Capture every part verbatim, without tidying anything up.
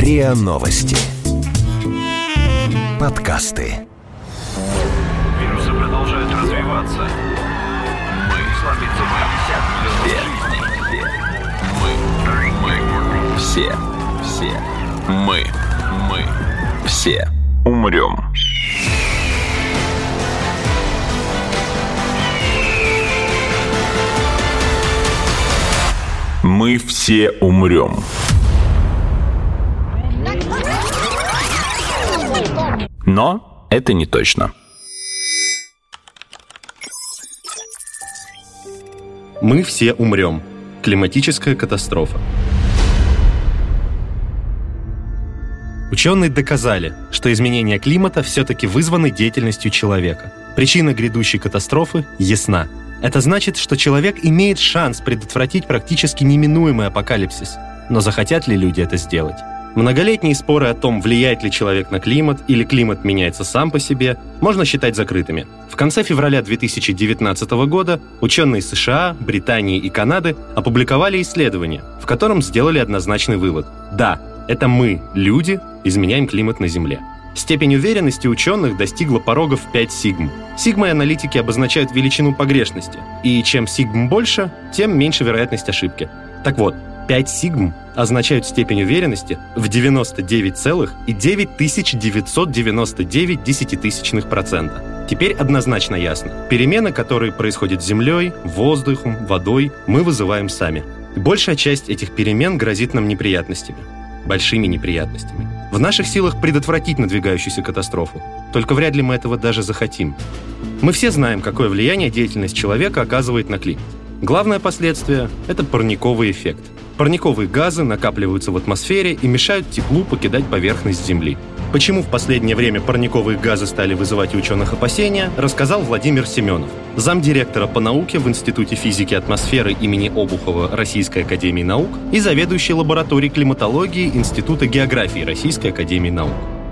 РИА Новости. Подкасты. Вирусы продолжают развиваться. Мы сломиться мы все. Мы, мы, все, все. Мы, мы, все умрем. Мы все умрем. Но это не точно. Мы все умрем. Климатическая катастрофа. Ученые доказали, что изменения климата все-таки вызваны деятельностью человека. Причина грядущей катастрофы ясна. Это значит, что человек имеет шанс предотвратить практически неминуемый апокалипсис. Но захотят ли люди это сделать? Многолетние споры о том, влияет ли человек на климат или климат меняется сам по себе, можно считать закрытыми. В конце февраля две тысячи девятнадцатого года ученые США, Британии и Канады опубликовали исследование, в котором сделали однозначный вывод. Да, это мы, люди, изменяем климат на Земле. Степень уверенности ученых достигла порога в пять сигм. Сигмой аналитики обозначают величину погрешности, и чем сигм больше, тем меньше вероятность ошибки. Так вот, пять сигм означают степень уверенности в девяносто девять целых девять тысяч девятьсот девяносто девять десятитысячных процента. Теперь однозначно ясно. Перемены, которые происходят с Землей, воздухом, водой, мы вызываем сами. Большая часть этих перемен грозит нам неприятностями. Большими неприятностями. В наших силах предотвратить надвигающуюся катастрофу. Только вряд ли мы этого даже захотим. Мы все знаем, какое влияние деятельность человека оказывает на климат. Главное последствие – это парниковый эффект. Парниковые газы накапливаются в атмосфере и мешают теплу покидать поверхность Земли. Почему в последнее время парниковые газы стали вызывать у ученых опасения, рассказал Владимир Семенов, замдиректора по науке в Институте физики атмосферы имени Обухова Российской академии наук и заведующий лабораторией климатологии Института географии Российской академии наук.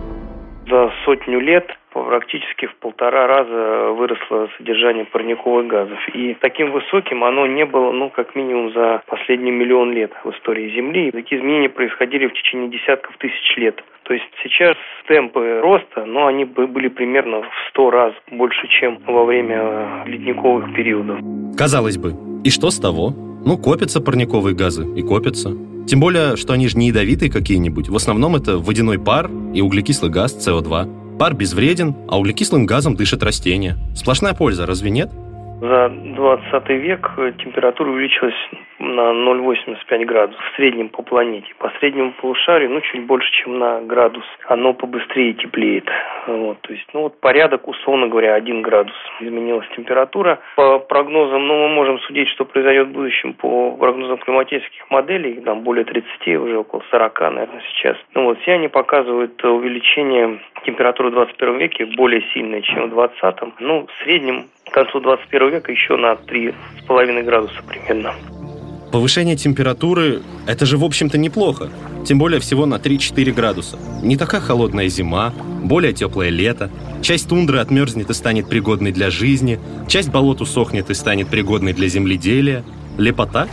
За сотню лет практически в полтора раза выросло содержание парниковых газов. И таким высоким оно не было, ну, как минимум за последний миллион лет в истории Земли. И такие изменения происходили в течение десятков тысяч лет. То есть сейчас темпы роста, но они были примерно в сто раз больше, чем во время ледниковых периодов. Казалось бы, и что с того? Ну, копятся парниковые газы и копятся. Тем более, что они же не ядовитые какие-нибудь. В основном это водяной пар и углекислый газ С О два. Пар безвреден, а углекислым газом дышат растения. Сплошная польза, разве нет? За двадцатый век температура увеличилась на ноль целых восемьдесят пять градусов в среднем по планете. По среднему полушарию, ну, чуть больше, чем на градус. Оно побыстрее теплеет. Вот, то есть, ну, вот порядок, условно говоря, один градус изменилась температура. По прогнозам, ну, мы можем судить, что произойдет в будущем по прогнозам климатических моделей. Там более тридцати, уже около сорока, наверное, сейчас. Ну, вот все они показывают увеличение температуры в двадцать первом веке более сильное, чем в двадцатом. Ну, в среднем к концу двадцать первого века еще на три с половиной градуса примерно. Повышение температуры – это же, в общем-то, неплохо. Тем более всего на три-четыре градуса. Не такая холодная зима, более теплое лето. Часть тундры отмерзнет и станет пригодной для жизни. Часть болот усохнет и станет пригодной для земледелия. Лепота?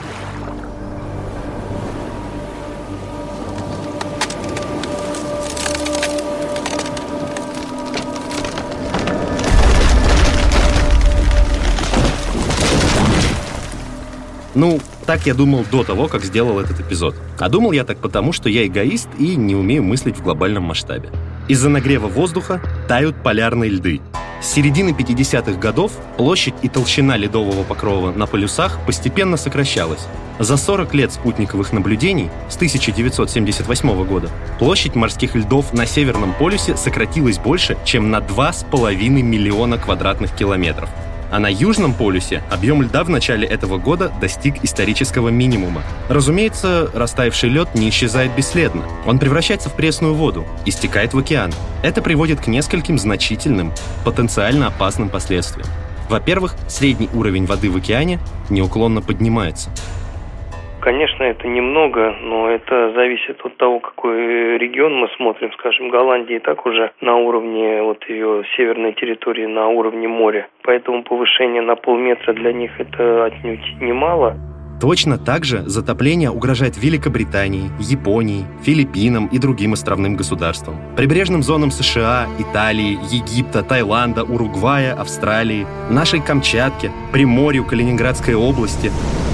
Ну, так я думал до того, как сделал этот эпизод. А думал я так потому, что я эгоист и не умею мыслить в глобальном масштабе. Из-за нагрева воздуха тают полярные льды. С середины пятидесятых годов площадь и толщина ледового покрова на полюсах постепенно сокращалась. За сорок лет спутниковых наблюдений с тысяча девятьсот семьдесят восьмого года площадь морских льдов на Северном полюсе сократилась больше, чем на два с половиной миллиона квадратных километров. А на Южном полюсе объем льда в начале этого года достиг исторического минимума. Разумеется, растаявший лед не исчезает бесследно. Он превращается в пресную воду и стекает в океан. Это приводит к нескольким значительным, потенциально опасным последствиям. Во-первых, средний уровень воды в океане неуклонно поднимается. Конечно, это немного, но это зависит от того, какой регион мы смотрим. Скажем, Голландия и так уже на уровне, вот ее северной территории, на уровне моря. Поэтому повышение на полметра для них это отнюдь немало. Точно так же затопление угрожает Великобритании, Японии, Филиппинам и другим островным государствам, прибрежным зонам США, Италии, Египта, Таиланда, Уругвая, Австралии, нашей Камчатке, Приморью, Калининградской области.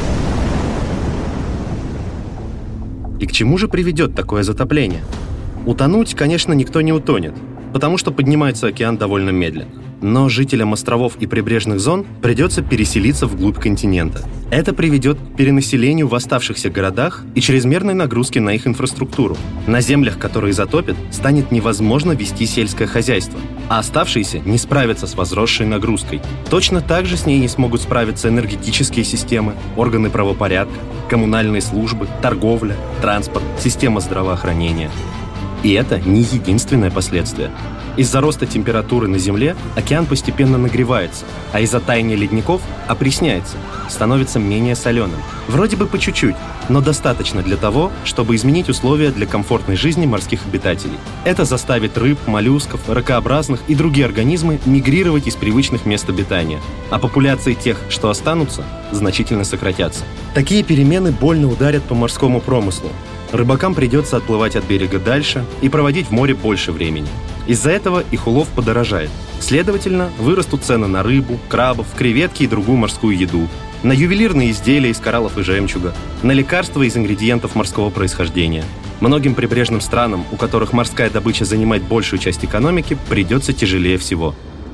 И к чему же приведет такое затопление? Утонуть, конечно, никто не утонет, потому что поднимается океан довольно медленно. Но жителям островов и прибрежных зон придется переселиться вглубь континента. Это приведет к перенаселению в оставшихся городах и чрезмерной нагрузке на их инфраструктуру. На землях, которые затопят, станет невозможно вести сельское хозяйство, а оставшиеся не справятся с возросшей нагрузкой. Точно так же с ней не смогут справиться энергетические системы, органы правопорядка, коммунальные службы, торговля, транспорт, система здравоохранения. И это не единственное последствие. Из-за роста температуры на Земле океан постепенно нагревается, а из-за таяния ледников опресняется, становится менее соленым. Вроде бы по чуть-чуть, но достаточно для того, чтобы изменить условия для комфортной жизни морских обитателей. Это заставит рыб, моллюсков, ракообразных и другие организмы мигрировать из привычных мест обитания, а популяции тех, что останутся, значительно сократятся. Такие перемены больно ударят по морскому промыслу. Рыбакам придется отплывать от берега дальше и проводить в море больше времени. Из-за этого их улов подорожает. Следовательно, вырастут цены на рыбу, крабов, креветки и другую морскую еду, на ювелирные изделия из кораллов и жемчуга, на лекарства из ингредиентов морского происхождения. Многим прибрежным странам, у которых морская добыча занимает большую часть экономики, придется тяжелее всего.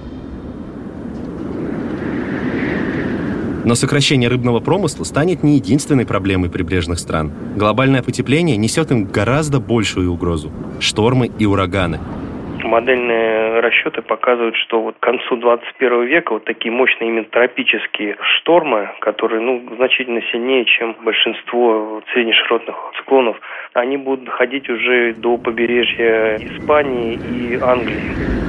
Но сокращение рыбного промысла станет не единственной проблемой прибрежных стран. Глобальное потепление несет им гораздо большую угрозу – штормы и ураганы. Модельные расчеты показывают, что вот к концу двадцать первого века вот такие мощные именно тропические штормы, которые ну, значительно сильнее, чем большинство среднеширотных циклонов, они будут доходить уже до побережья Испании и Англии.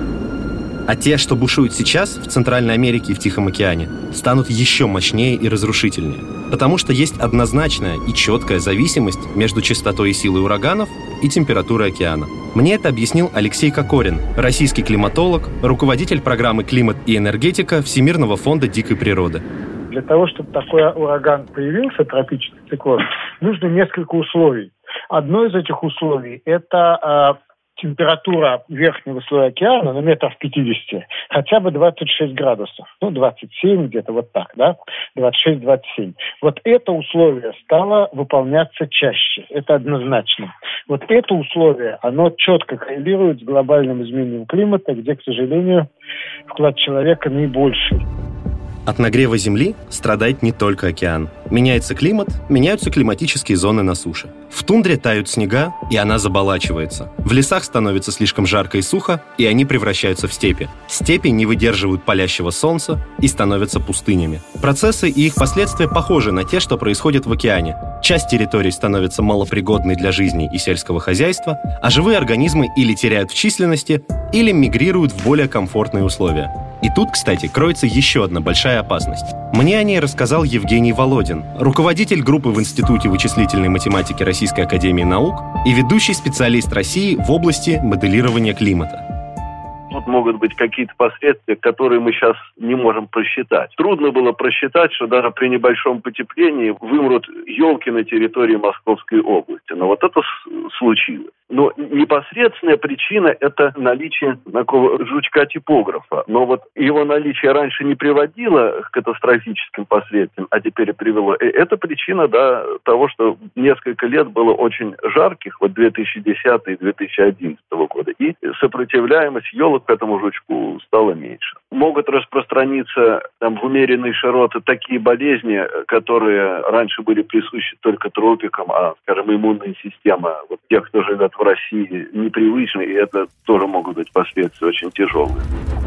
А те, что бушуют сейчас в Центральной Америке и в Тихом океане, станут еще мощнее и разрушительнее. Потому что есть однозначная и четкая зависимость между частотой и силой ураганов и температурой океана. Мне это объяснил Алексей Кокорин, российский климатолог, руководитель программы «Климат и энергетика» Всемирного фонда дикой природы. Для того, чтобы такой ураган появился, тропический циклон, нужно несколько условий. Одно из этих условий – это э, температура верхнего слоя океана на метров пятьдесят, хотя бы двадцать шесть градусов, ну, двадцать семь, где-то вот так, да, двадцать шесть - двадцать семь. Вот это условие стало выполняться чаще, это однозначно. Вот это условие, оно четко коррелирует с глобальным изменением климата, где, к сожалению, вклад человека наибольший. От нагрева Земли страдает не только океан. Меняется климат, меняются климатические зоны на суше. В тундре тают снега, и она заболачивается. В лесах становится слишком жарко и сухо, и они превращаются в степи. Степи не выдерживают палящего солнца и становятся пустынями. Процессы и их последствия похожи на те, что происходят в океане. Часть территорий становится малопригодной для жизни и сельского хозяйства, а живые организмы или теряют в численности, или мигрируют в более комфортные условия. И тут, кстати, кроется еще одна большая опасность. Мне о ней рассказал Евгений Володин, руководитель группы в Институте вычислительной математики Российской академии наук и ведущий специалист России в области моделирования климата. Тут могут быть какие-то последствия, которые мы сейчас не можем просчитать. Трудно было просчитать, что даже при небольшом потеплении вымрут елки на территории Московской области. Но вот это случилось. Но непосредственная причина – это наличие такого жучка-типографа. Но вот его наличие раньше не приводило к катастрофическим последствиям, а теперь привело. И это причина, да, того, что несколько лет было очень жарких, вот две тысячи десятого и две тысячи одиннадцатого года, и сопротивляемость елок к этому жучку стала меньше. Могут распространиться там, в умеренные широты такие болезни, которые раньше были присущи только тропикам, а, скажем, иммунная система вот тех, кто живет в России, непривычны, и это тоже могут быть последствия очень тяжелые.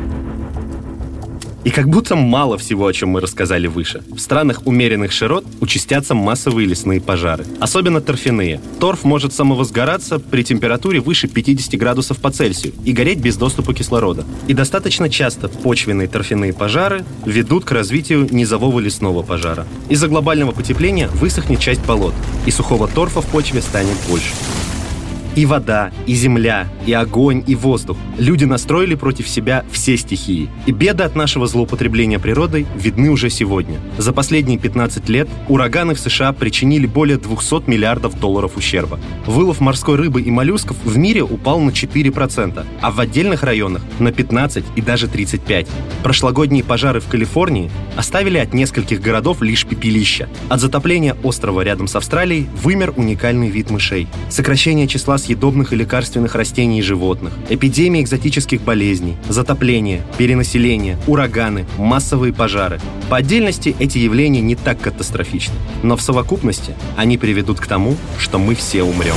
И как будто мало всего, о чем мы рассказали выше. В странах умеренных широт участятся массовые лесные пожары. Особенно торфяные. Торф может самовозгораться при температуре выше пятьдесят градусов по Цельсию и гореть без доступа кислорода. И достаточно часто почвенные торфяные пожары ведут к развитию низового лесного пожара. Из-за глобального потепления высохнет часть болот, и сухого торфа в почве станет больше. И вода, и земля, и огонь, и воздух. Люди настроили против себя все стихии. И беды от нашего злоупотребления природой видны уже сегодня. За последние пятнадцать лет ураганы в США причинили более двухсот миллиардов долларов ущерба. Вылов морской рыбы и моллюсков в мире упал на четыре процента, а в отдельных районах на пятнадцать и даже тридцать пять процентов. Прошлогодние пожары в Калифорнии оставили от нескольких городов лишь пепелища. От затопления острова рядом с Австралией вымер уникальный вид мышей. Сокращение числа съедобных и лекарственных растений и животных, эпидемии экзотических болезней, затопление, перенаселение, ураганы, массовые пожары. По отдельности эти явления не так катастрофичны, но в совокупности они приведут к тому, что мы все умрем.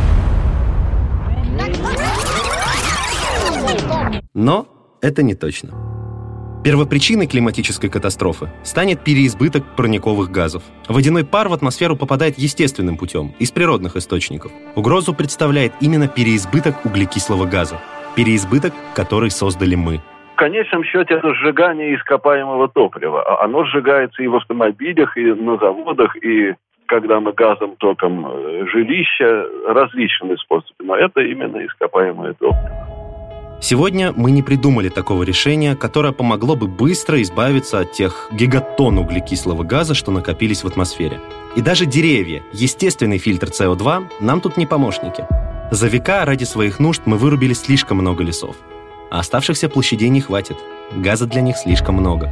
Но это не точно. Первопричиной климатической катастрофы станет переизбыток парниковых газов. Водяной пар в атмосферу попадает естественным путем, из природных источников. Угрозу представляет именно переизбыток углекислого газа. Переизбыток, который создали мы. В конечном счете это сжигание ископаемого топлива. Оно сжигается и в автомобилях, и на заводах, и когда мы газом током жилища, различными способами. Но это именно ископаемое топливо. Сегодня мы не придумали такого решения, которое помогло бы быстро избавиться от тех гигатонн углекислого газа, что накопились в атмосфере. И даже деревья, естественный фильтр си о два, нам тут не помощники. За века ради своих нужд мы вырубили слишком много лесов. А оставшихся площадей не хватит. Газа для них слишком много.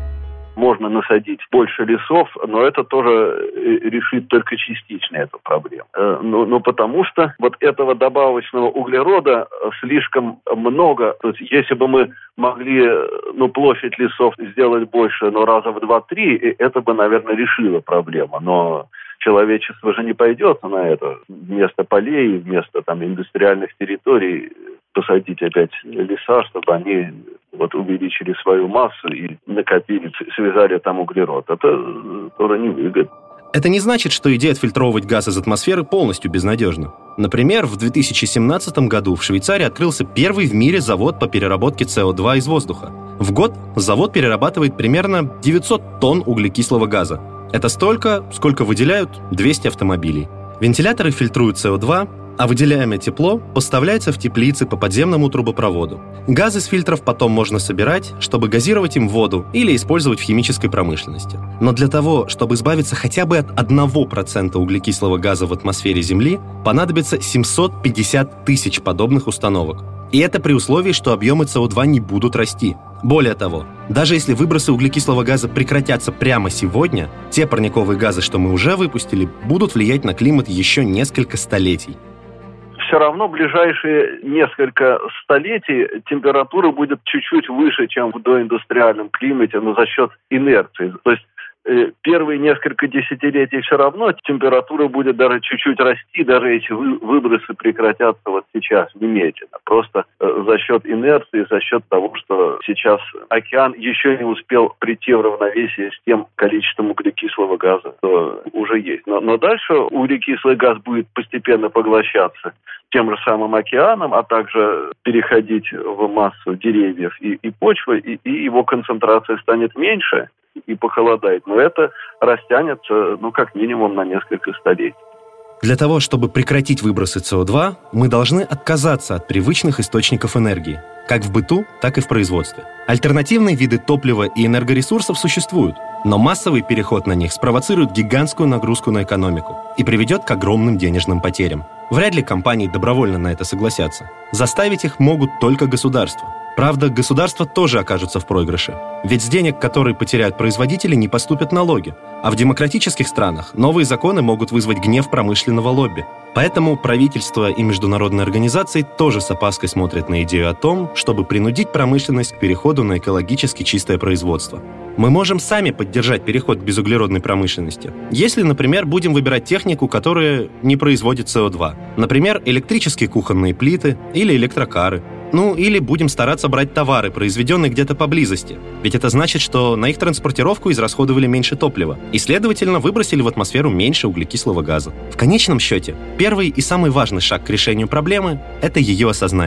Можно насадить больше лесов, но это тоже решит только частично эту проблему. Но, но потому что вот этого добавочного углерода слишком много. То есть если бы мы могли ну, площадь лесов сделать больше, но раза в два-три, это бы, наверное, решило проблему. Но человечество же не пойдет на это. Вместо полей, вместо там, индустриальных территорий посадить опять леса, чтобы они вот увеличили свою массу и накопили, связали там углерод. Это тоже невыгодно. Это не значит, что идея отфильтровывать газ из атмосферы полностью безнадежна. Например, в две тысячи семнадцатом году в Швейцарии открылся первый в мире завод по переработке си о два из воздуха. В год завод перерабатывает примерно девятьсот тонн углекислого газа. Это столько, сколько выделяют двести автомобилей. Вентиляторы фильтруют си о два, а выделяемое тепло поставляется в теплицы по подземному трубопроводу. Газ из фильтров потом можно собирать, чтобы газировать им воду или использовать в химической промышленности. Но для того, чтобы избавиться хотя бы от одного процента углекислого газа в атмосфере Земли, понадобится семьсот пятьдесят тысяч подобных установок. И это при условии, что объемы си о два не будут расти. Более того, даже если выбросы углекислого газа прекратятся прямо сегодня, те парниковые газы, что мы уже выпустили, будут влиять на климат еще несколько столетий. Все равно в ближайшие несколько столетий температура будет чуть-чуть выше, чем в доиндустриальном климате, но за счет инерции. То есть э, первые несколько десятилетий все равно температура будет даже чуть-чуть расти, даже эти вы, выбросы прекратятся вот сейчас немедленно. Просто э, за счет инерции, за счет того, что сейчас океан еще не успел прийти в равновесие с тем количеством углекислого газа, что уже есть. Но, но дальше углекислый газ будет постепенно поглощаться тем же самым океаном, а также переходить в массу деревьев и, и почвы, и, и его концентрация станет меньше и похолодает. Но это растянется, ну, как минимум на несколько столетий. Для того, чтобы прекратить выбросы си о два, мы должны отказаться от привычных источников энергии, как в быту, так и в производстве. Альтернативные виды топлива и энергоресурсов существуют, но массовый переход на них спровоцирует гигантскую нагрузку на экономику и приведет к огромным денежным потерям. Вряд ли компании добровольно на это согласятся. Заставить их могут только государства. Правда, государства тоже окажутся в проигрыше. Ведь с денег, которые потеряют производители, не поступят налоги. А в демократических странах новые законы могут вызвать гнев промышленного лобби. Поэтому правительство и международные организации тоже с опаской смотрят на идею о том, чтобы принудить промышленность к переходу на экологически чистое производство. Мы можем сами поддержать переход к безуглеродной промышленности, если, например, будем выбирать технику, которая не производит си о два. Например, электрические кухонные плиты или электрокары. Ну, или будем стараться брать товары, произведенные где-то поблизости. Ведь это значит, что на их транспортировку израсходовали меньше топлива и, следовательно, выбросили в атмосферу меньше углекислого газа. В конечном счете, первый и самый важный шаг к решению проблемы – это ее осознание.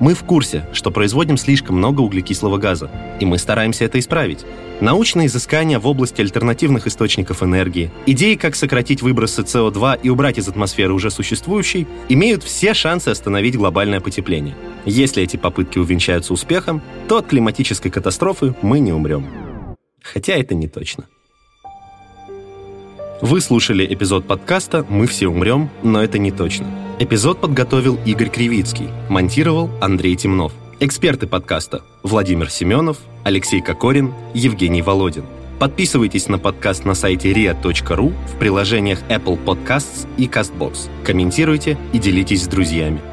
Мы в курсе, что производим слишком много углекислого газа, и мы стараемся это исправить. Научные изыскания в области альтернативных источников энергии, идеи, как сократить выбросы си о два и убрать из атмосферы уже существующий, имеют все шансы остановить глобальное потепление. Если эти попытки увенчаются успехом, то от климатической катастрофы мы не умрем. Хотя это не точно. Вы слушали эпизод подкаста «Мы все умрем, но это не точно». Эпизод подготовил Игорь Кривицкий, монтировал Андрей Темнов. Эксперты подкаста – Владимир Семенов, Алексей Кокорин, Евгений Володин. Подписывайтесь на подкаст на сайте риа точка ру, в приложениях Apple Podcasts и CastBox. Комментируйте и делитесь с друзьями.